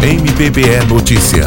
MPPE Notícias.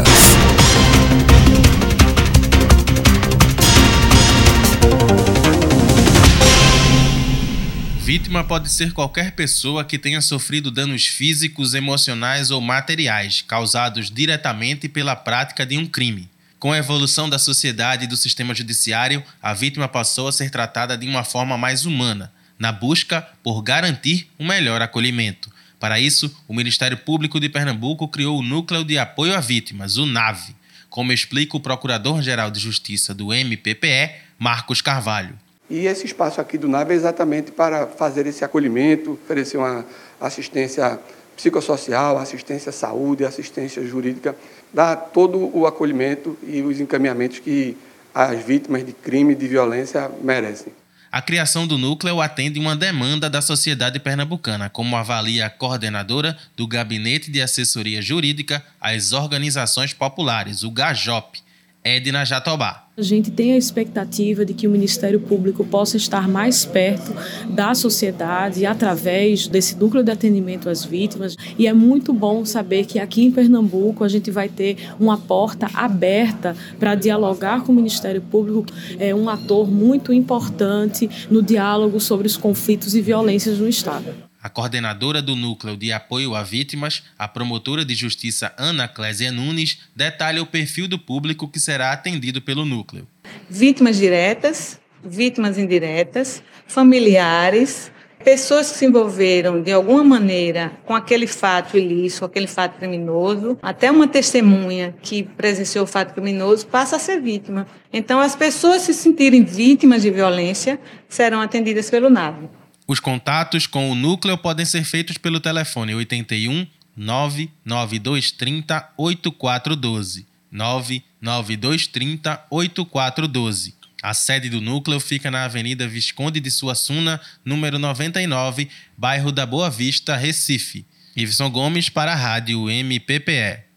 Vítima pode ser qualquer pessoa que tenha sofrido danos físicos, emocionais ou materiais causados diretamente pela prática de um crime. Com a evolução da sociedade e do sistema judiciário, a vítima passou a ser tratada de uma forma mais humana, na busca por garantir um melhor acolhimento. Para isso, o Ministério Público de Pernambuco criou o Núcleo de Apoio a Vítimas, o NAVE, como explica o Procurador-Geral de Justiça do MPPE, Marcos Carvalho. E esse espaço aqui do NAVE é exatamente para fazer esse acolhimento, oferecer uma assistência psicossocial, assistência à saúde, assistência jurídica, dar todo o acolhimento e os encaminhamentos que as vítimas de crime e de violência merecem. A criação do núcleo atende uma demanda da sociedade pernambucana, como avalia a coordenadora do Gabinete de Assessoria Jurídica às Organizações Populares, o GAJOP, Edna Jatobá. A gente tem a expectativa de que o Ministério Público possa estar mais perto da sociedade através desse núcleo de atendimento às vítimas. E é muito bom saber que aqui em Pernambuco a gente vai ter uma porta aberta para dialogar com o Ministério Público. É um ator muito importante no diálogo sobre os conflitos e violências no Estado. A coordenadora do Núcleo de Apoio a Vítimas, a promotora de justiça Ana Clésia Nunes, detalha o perfil do público que será atendido pelo núcleo. Vítimas diretas, vítimas indiretas, familiares, pessoas que se envolveram de alguma maneira com aquele fato ilícito, aquele fato criminoso, até uma testemunha que presenciou o fato criminoso passa a ser vítima. Então, as pessoas se sentirem vítimas de violência serão atendidas pelo NAVE. Os contatos com o núcleo podem ser feitos pelo telefone 81 99230 8412, 99230 8412. A sede do núcleo fica na Avenida Visconde de Suassuna, número 99, bairro da Boa Vista, Recife. Iveson Gomes para a Rádio MPPE.